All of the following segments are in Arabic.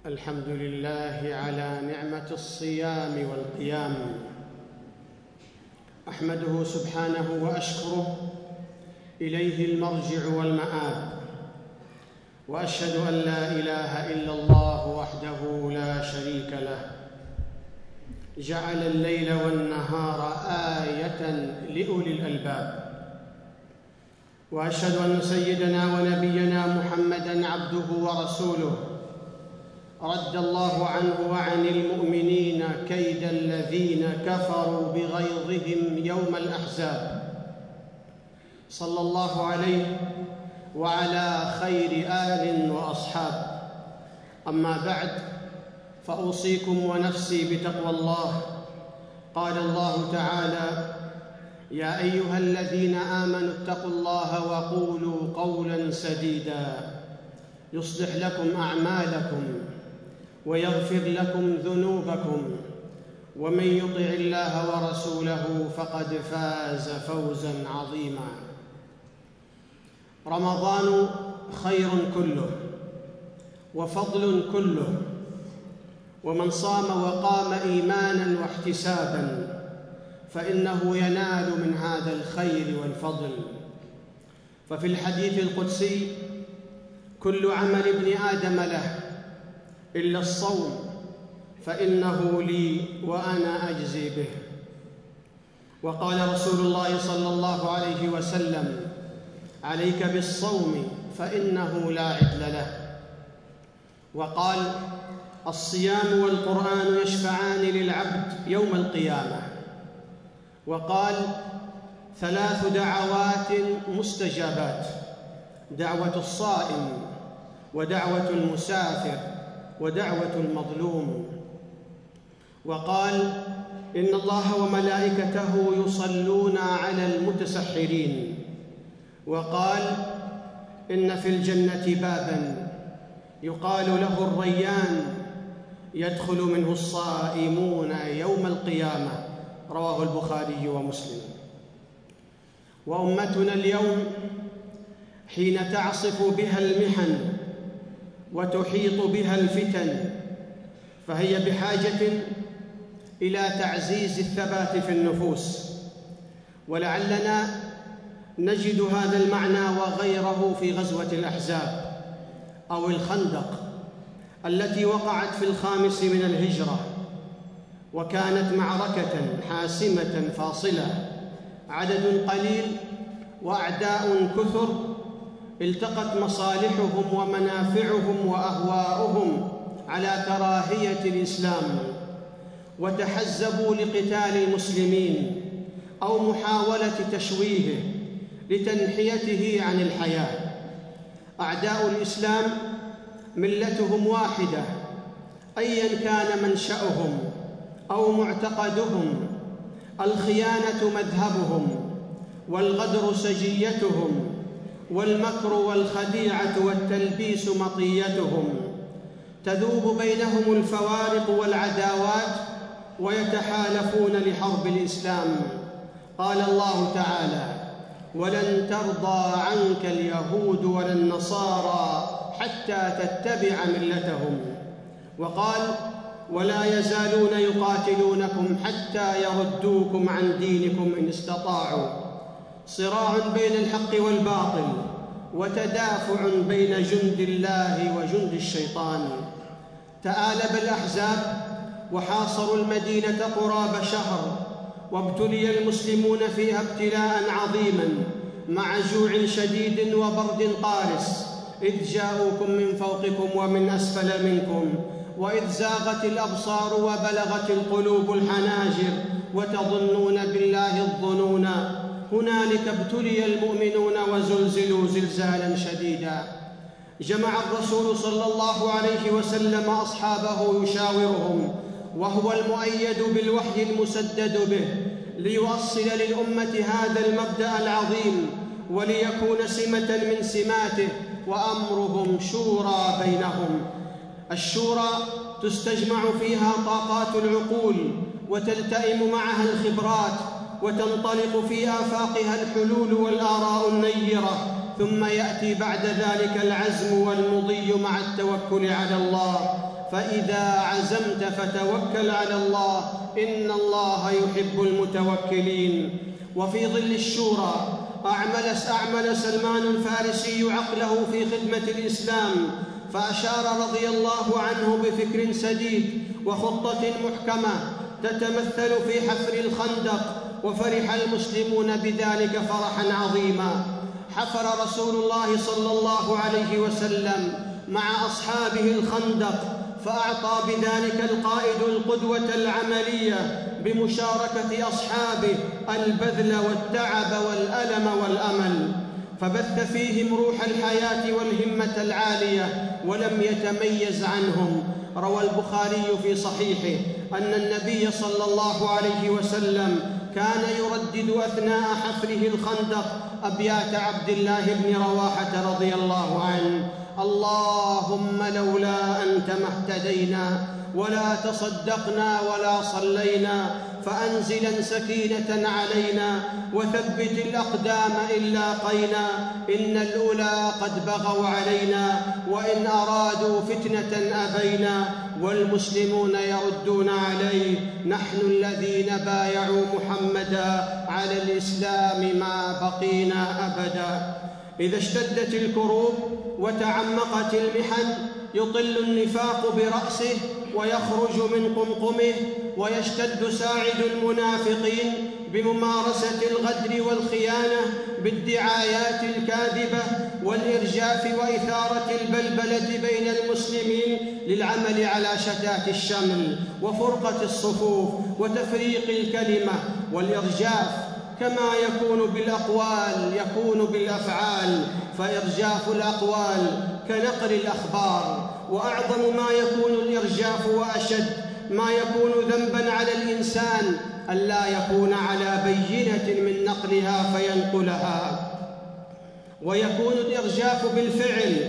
الحمد لله على نعمة الصيام والقيام، أحمده سبحانه وأشكره، إليه المرجع والمآب، وأشهد أن لا إله إلا الله وحده لا شريك له، جعل الليل والنهار آية لأولي الألباب، وأشهد أن سيدنا ونبينا محمدًا عبده ورسوله، رد الله عنه وعن المؤمنين كيد الذين كفروا بغيظهم يوم الأحزاب، صلى الله عليه وعلى خير آل وأصحاب. أما بعد، فأوصيكم ونفسي بتقوى الله. قال الله تعالى: يا أيها الذين آمنوا اتقوا الله وقولوا قولاً سديداً يصلح لكم أعمالكم ويغفر لكم ذنوبكم، ومن يطع الله ورسوله فقد فاز فوزاً عظيماً. رمضان خير كله وفضل كله، ومن صام وقام إيماناً واحتساباً فإنه ينال من هذا الخير والفضل. ففي الحديث القدسي: كل عمل ابن آدم له إلا الصوم فإنه لي وأنا أجزي به. وقال رسول الله صلى الله عليه وسلم: عليك بالصوم فإنه لا عدل له. وقال: الصيام والقرآن يشفعان للعبد يوم القيامة. وقال: 3 دعوات مستجابات: دعوة الصائم، ودعوة المسافر، ودعوة المظلوم. وقال: إن الله وملائكته يصلون على المتسحرين. وقال: إن في الجنة باباً يقال له الريان، يدخل منه الصائمون يوم القيامة. رواه البخاري ومسلم. وأمتنا اليوم حين تعصف بها المحن وتحيط بها الفتن، فهي بحاجة إلى تعزيز الثبات في النفوس، ولعلنا نجد هذا المعنى وغيره في غزوة الأحزاب أو الخندق التي وقعت في 5 من الهجرة، وكانت معركة حاسمة فاصلة، عدد قليل وأعداء كثر، التقت مصالحهم ومنافعهم وأهواؤهم على كراهية الإسلام، وتحزبوا لقتال المسلمين أو محاولة تشويهه لتنحيته عن الحياة. أعداء الإسلام ملتهم واحدة أياً كان منشأهم أو معتقدهم، الخيانة مذهبهم، والغدر سجيتهم، والمكر والخديعة والتلبيس مطيتهم، تذوب بينهم الفوارق والعداوات، ويتحالفون لحرب الإسلام. قال الله تعالى: ولن ترضى عنك اليهود ولا النصارى حتى تتبع ملتهم. وقال: ولا يزالون يقاتلونكم حتى يردوكم عن دينكم إن استطاعوا. صراع بين الحق والباطل، وتدافع بين جند الله وجند الشيطان. تآلب الأحزاب وحاصروا المدينة قرابة شهر، وابتلي المسلمون فيها ابتلاء عظيما مع جوع شديد وبرد قارس، إذ جاءوكم من فوقكم ومن أسفل منكم، وإذ زاغت الأبصار وبلغت القلوب الحناجر، وتظنون بالله الظنون. هنالك ابتلي المؤمنون وزلزلوا زلزالا شديدا. جمع الرسول صلى الله عليه وسلم أصحابه يشاورهم، وهو المؤيد بالوحي المسدد به، ليوصل للأمة هذا المبدأ العظيم، وليكون سمة من سماته، وأمرهم شورى بينهم. الشورى تستجمع فيها طاقات العقول، وتلتئم معها الخبرات، وتنطلق في آفاقها الحلول والآراء النيرة، ثم يأتي بعد ذلك العزم والمضي مع التوكل على الله، فإذا عزمت فتوكل على الله، إن الله يحب المتوكلين. وفي ظل الشورى أعمل سلمان الفارسي عقله في خدمة الإسلام، فأشار رضي الله عنه بفكر سديد وخطة محكمة تتمثل في حفر الخندق، وفرح المسلمون بذلك فرحا عظيما. حفر رسول الله صلى الله عليه وسلم مع أصحابه الخندق، فأعطى بذلك القائد القدوة العملية بمشاركة أصحابه البذل والتعب والألم والأمل، فبث فيهم روح الحياة والهمة العالية ولم يتميز عنهم. روى البخاري في صحيحه أن النبي صلى الله عليه وسلم كان يردد أثناء حفره الخندق أبيات عبد الله بن رواحة رضي الله عنه: اللهم لولا أنت ما اهتدينا ولا تصدقنا ولا صلينا، فأنزلا سكينة علينا وثبت الأقدام إن لاقينا، إن الأولى قد بغوا علينا وإن أرادوا فتنة أبينا، والمسلمون يردون عليه، نحن الذين بايعوا محمدا على الإسلام ما بقينا أبدا. إذا اشتدت الكروب وتعمقت المحن يطل النفاق برأسه ويخرج من قمقمه، ويشتد ساعد المنافقين بممارسة الغدر والخيانة بالدعايات الكاذبة والإرجاف وإثارة البلبلة بين المسلمين للعمل على شتات الشمل وفرقة الصفوف وتفريق الكلمة. والإرجاف كما يكون بالأقوال يكون بالأفعال، فإرجاف الأقوال كنقل الأخبار، وأعظم ما يكون الإرجاف وأشد ما يكون ذنباً على الإنسان ألا يكون على بينة من نقلها فينقلها. ويكون الإرجاف بالفعل،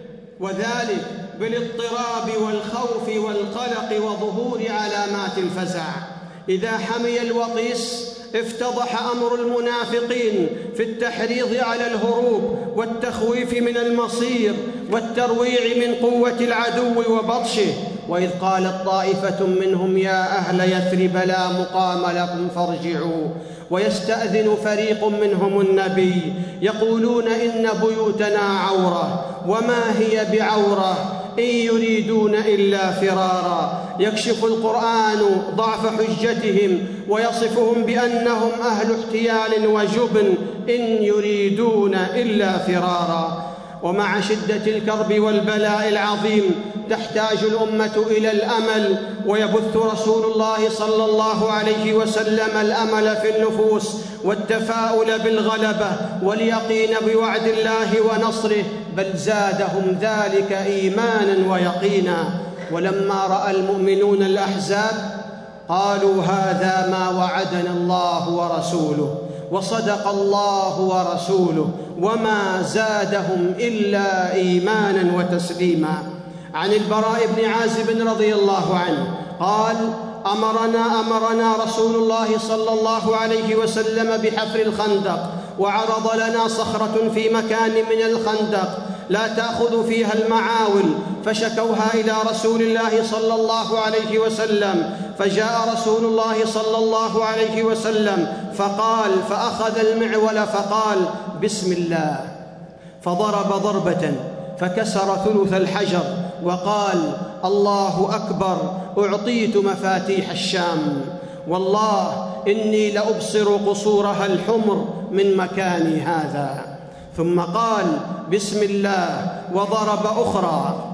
وذلك بالاضطراب والخوف والقلق وظهور علامات الفزع. إذا حمي الوطيس افتضح أمر المنافقين في التحريض على الهروب والتخويف من المصير والترويع من قوة العدو وبطشه. وإذ قالت طائفة منهم يا أهل يثرب لا مقام لكم فارجعوا، ويستأذن فريق منهم النبي يقولون إن بيوتنا عورة وما هي بعورة إن يريدون إلا فرارا. يكشف القرآن ضعف حجتهم ويصفهم بأنهم أهل احتيال وجبن إن يريدون إلا فرارا. ومع شدة الكرب والبلاء العظيم تحتاج الأمة إلى الأمل، ويبث رسول الله صلى الله عليه وسلم الأمل في النفوس والتفاؤل بالغلبة واليقين بوعد الله ونصره، بل زادهم ذلك إيمانا ويقينا. ولما رأى المؤمنون الأحزاب قالوا هذا ما وعدنا الله ورسوله، وصدق الله ورسوله، وما زادهم إلا إيمانا وتسليما. عن البراء بن عازب رضي الله عنه قال أمرنا رسول الله صلى الله عليه وسلم بحفر الخندق، وعرض لنا صخرة في مكان من الخندق لا تأخذ فيها المعاول، فشكوها إلى رسول الله صلى الله عليه وسلم، فجاء رسول الله صلى الله عليه وسلم فأخذ المعول فقال بسم الله، فضرب ضربة فكسر ثلث الحجر وقال الله أكبر، أعطيت مفاتيح الشام، والله إني لأبصر قصورها الحمر من مكاني هذا. ثم قال بسم الله وضرب أخرى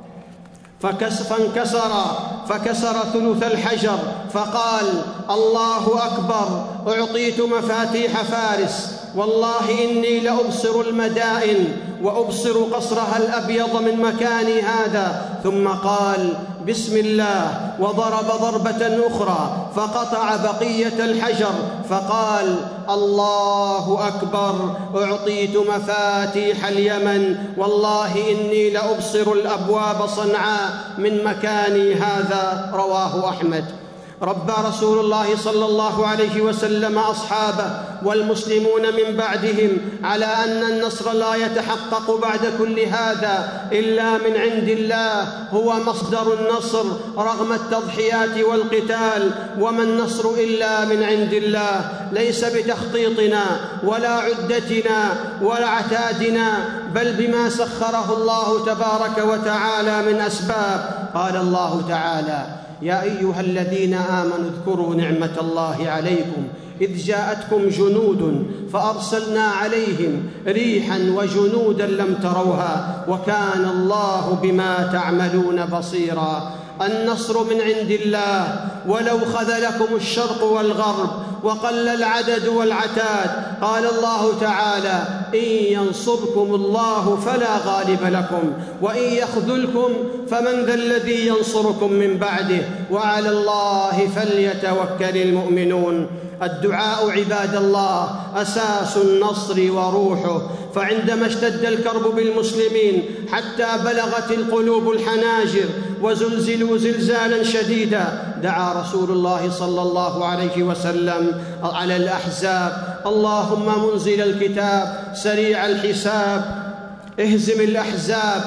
فكسر ثلث الحجر فقال الله أكبر، أعطيت مفاتيح فارس، والله إني لأبصر المدائن وأبصر قصرها الأبيض من مكاني هذا. ثم قال بسم الله وضرب ضربة أخرى فقطع بقية الحجر فقال الله أكبر، أعطيت مفاتيح اليمن، والله إني لأبصر الأبواب صنعاء من مكاني هذا. رواه أحمد. ربى رسول الله صلى الله عليه وسلم أصحابه والمسلمون من بعدهم على أن النصر لا يتحقق بعد كل هذا إلا من عند الله، هو مصدر النصر رغم التضحيات والقتال. وما النصر إلا من عند الله، ليس بتخطيطنا ولا عدتنا ولا عتادنا، بل بما سخره الله تبارك وتعالى من أسباب. قال الله تعالى: يا أيها الذين آمنوا اذكروا نعمة الله عليكم إذ جاءتكم جنود فأرسلنا عليهم ريحا وجنودا لم تروها وكان الله بما تعملون بصيرا. النصر من عند الله، ولو خذلكم الشرق والغرب وقل العدد والعتاد. قال الله تعالى: إن ينصركم الله فلا غالب لكم وإن يخذلكم فمن ذا الذي ينصركم من بعده وعلى الله فليتوكل المؤمنون. الدعاء عباد الله أساس النصر وروحه، فعندما اشتد الكرب بالمسلمين حتى بلغت القلوب الحناجر وزلزلوا زلزالا شديدا، دعا رسول الله صلى الله عليه وسلم على الأحزاب: اللهم منزل الكتاب سريع الحساب اهزم الأحزاب،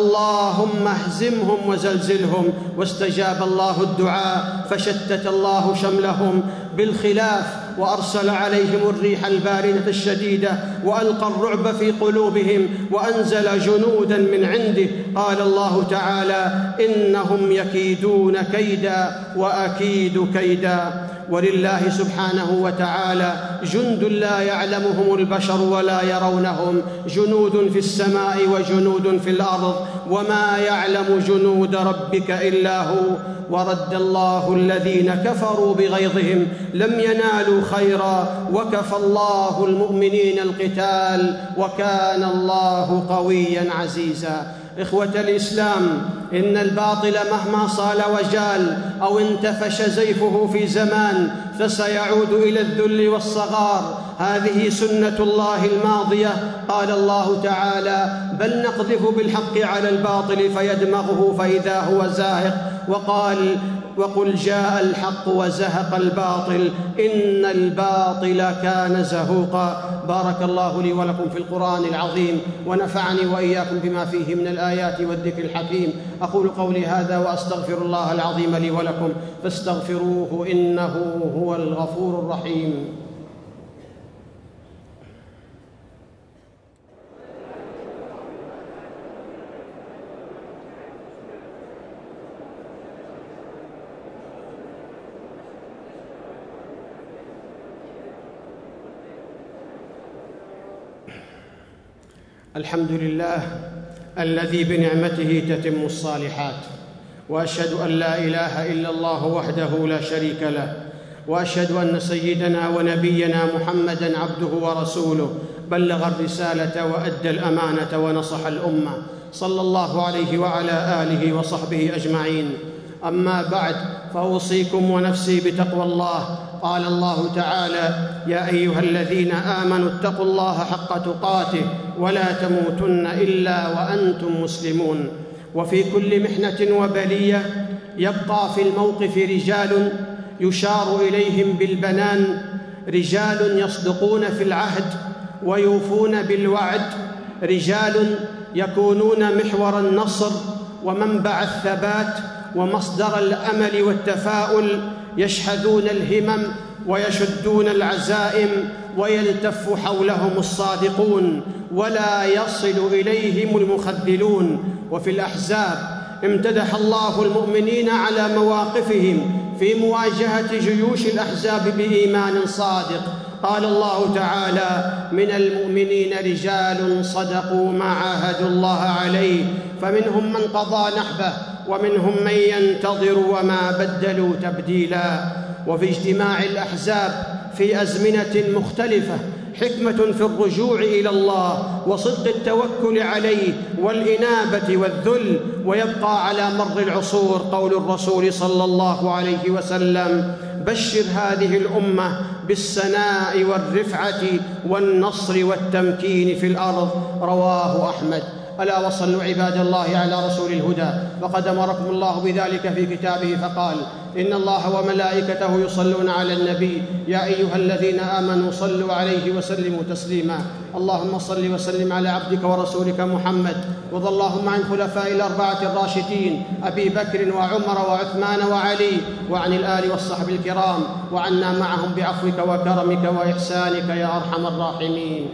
اللهم اهزمهم وزلزلهم. واستجاب الله الدعاء فشتت الله شملهم بالخلاف وأرسل عليهم الريح الباردة الشديدة وألقى الرعب في قلوبهم وأنزل جنودا من عنده. قال الله تعالى: إنهم يكيدون كيدا وأكيد كيدا. ولله سبحانه وتعالى جند لا يعلمهم البشر ولا يرونهم، جنود في السماء وجنود في الأرض وما يعلم جنود ربك إلا هو. ورد الله الذين كفروا بغيظهم لم ينالوا خيرا وكفى الله المؤمنين القتال وكان الله قويا عزيزا. إخوة الإسلام، إن الباطل مهما صال وجال أو انتفش زيفه في زمان فسيعود إلى الذل والصغار، هذه سنة الله الماضية. قال الله تعالى: بل نقذف بالحق على الباطل فيدمغه فإذا هو زاهق. وقل جاء الحق وزهق الباطل إن الباطل كان زهوقا. بارك الله لي ولكم في القرآن العظيم ونفعني وإياكم بما فيه من الآيات والذكر الحكيم. أقول قولي هذا وأستغفر الله العظيم لي ولكم فاستغفروه إنه هو الغفور الرحيم. الحمد لله الذي بنعمته تتم الصالحات، وأشهد أن لا إله إلا الله وحده لا شريك له، وأشهد أن سيدنا ونبينا محمدًا عبده ورسوله، بلغ الرسالة وأدى الأمانة ونصح الأمة، صلى الله عليه وعلى آله وصحبه أجمعين. أما بعد، فأوصيكم ونفسي بتقوى الله. قال الله تعالى: يا أيها الذين آمنوا اتقوا الله حق تقاته ولا تموتن إلا وأنتم مسلمون. وفي كل محنة وبلية يبقى في الموقف رجال يشار إليهم بالبنان، رجال يصدقون في العهد ويوفون بالوعد، رجال يكونون محور النصر ومنبع الثبات ومصدر الأمل والتفاؤل، يشحذون الهمم ويشدون العزائم ويلتف حولهم الصادقون ولا يصل إليهم المخذلون. وفي الأحزاب امتدح الله المؤمنين على مواقفهم في مواجهة جيوش الأحزاب بإيمان صادق. قال الله تعالى: من المؤمنين رجال صدقوا ما عاهدوا الله عليه فمنهم من قضى نحبه ومنهم من ينتظر وما بدلوا تبديلا. وفي اجتماع الأحزاب في أزمنة مختلفة حكمة في الرجوع إلى الله وصدق التوكل عليه والإنابة والذل، ويبقى على مر العصور قول الرسول صلى الله عليه وسلم: بشر هذه الأمة بالسناء والرفعة والنصر والتمكين في الأرض. رواه أحمد. ألا وصلوا عباد الله على رسول الهدى، فقد أمركم الله بذلك في كتابه فقال: إن الله وملائكته يصلون على النبي يا أيها الذين آمنوا صلوا عليه وسلموا تسليما. اللهم صل وسلم على عبدك ورسولك محمد، وارض اللهم عن خلفاء الأربعة الراشدين أبي بكر وعمر وعثمان وعلي، وعن الآل والصحب الكرام، وعنا معهم بعفوك وكرمك وإحسانك يا أرحم الراحمين.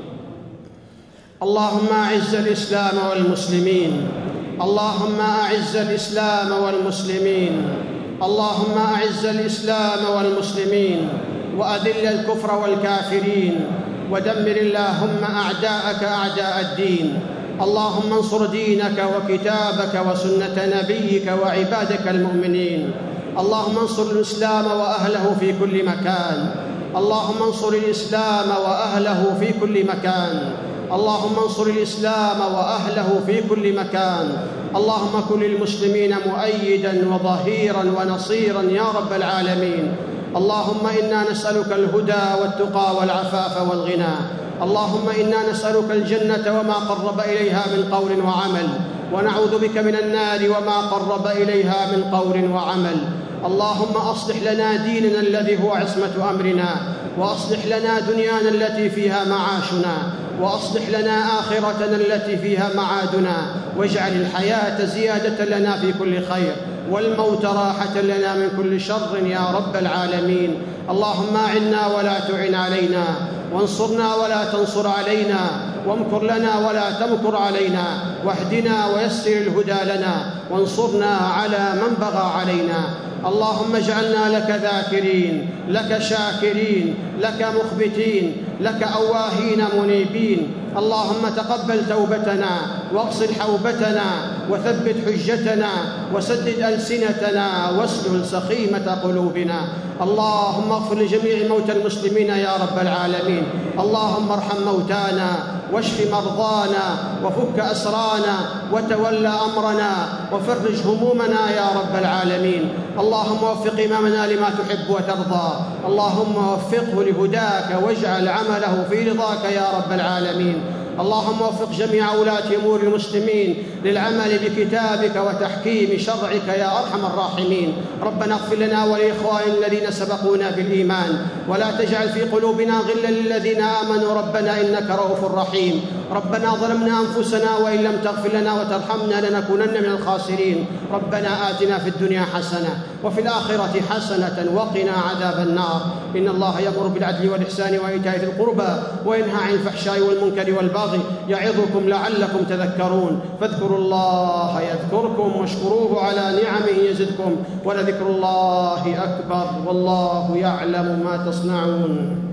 اللهم أعز الإسلام والمسلمين، اللهم أعز الإسلام والمسلمين، اللهم أعز الإسلام والمسلمين، وأذل الكفر والكافرين، ودمر اللهم أعداءك أعداء الدين. اللهم انصر دينك وكتابك وسنة نبيك وعبادك المؤمنين. اللهم انصر الإسلام وأهله في كل مكان، اللهم انصر الإسلام وأهله في كل مكان، اللهم انصر الإسلام وأهله في كل مكان. اللهم كن للمسلمين مؤيداً وظهيراً ونصيراً يا رب العالمين. اللهم إنا نسألك الهدى والتقى والعفاف والغنى. اللهم إنا نسألك الجنة وما قرب إليها من قول وعمل، ونعوذ بك من النار وما قرب إليها من قول وعمل. اللهم أصلح لنا ديننا الذي هو عصمة أمرنا، وأصلح لنا دنيانا التي فيها معاشنا، وأصلح لنا آخرتنا التي فيها معادنا، واجعل الحياة زيادة لنا في كل خير، والموت راحة لنا من كل شر يا رب العالمين. اللهم أعنا ولا تعن علينا، وانصرنا ولا تنصر علينا، وامكر لنا ولا تمكر علينا، واهدنا ويسر الهدى لنا، وانصرنا على من بغى علينا. اللهم اجعلنا لك ذاكرين، لك شاكرين، لك مخبتين، لك أواهين منيبين. اللهم تقبل توبتنا، واغسل حوبتنا، وثبت حجتنا، وسدد ألسنتنا، واسلل سخيمة قلوبنا. اللهم اغفر لجميع موتى المسلمين يا رب العالمين. اللهم ارحم موتانا، واشف مرضانا، وفك أسرانا، وتول أمرنا، وفرج همومنا يا رب العالمين. اللهم وفق إمامنا لما تحب وترضى، اللهم وفقه لهداك، واجعل عمله في رضاك يا رب العالمين. اللهم وفق جميع ولاة أمور المسلمين للعمل بكتابك وتحكيم شرعك يا أرحم الراحمين. ربنا اغفر لنا ولإخواننا الذين سبقونا بالإيمان، ولا تجعل في قلوبنا غلا للذين آمنوا ربنا إنك رؤوف رحيم. ربنا ظلمنا أنفسنا وإن لم تغفر لنا وترحمنا لنكونن من الخاسرين. ربنا آتنا في الدنيا حسنة وفي الآخرة حسنة وقنا عذاب النار. إن الله يأمر بالعدل والإحسان وإيتاء ذي القربى وينهى عن الفحشاء والمنكر والبغي يعظكم لعلكم تذكرون. فاذكروا الله يذكركم، واشكروه على نعمه يزدكم، ولذكر الله أكبر، والله يعلم ما تصنعون.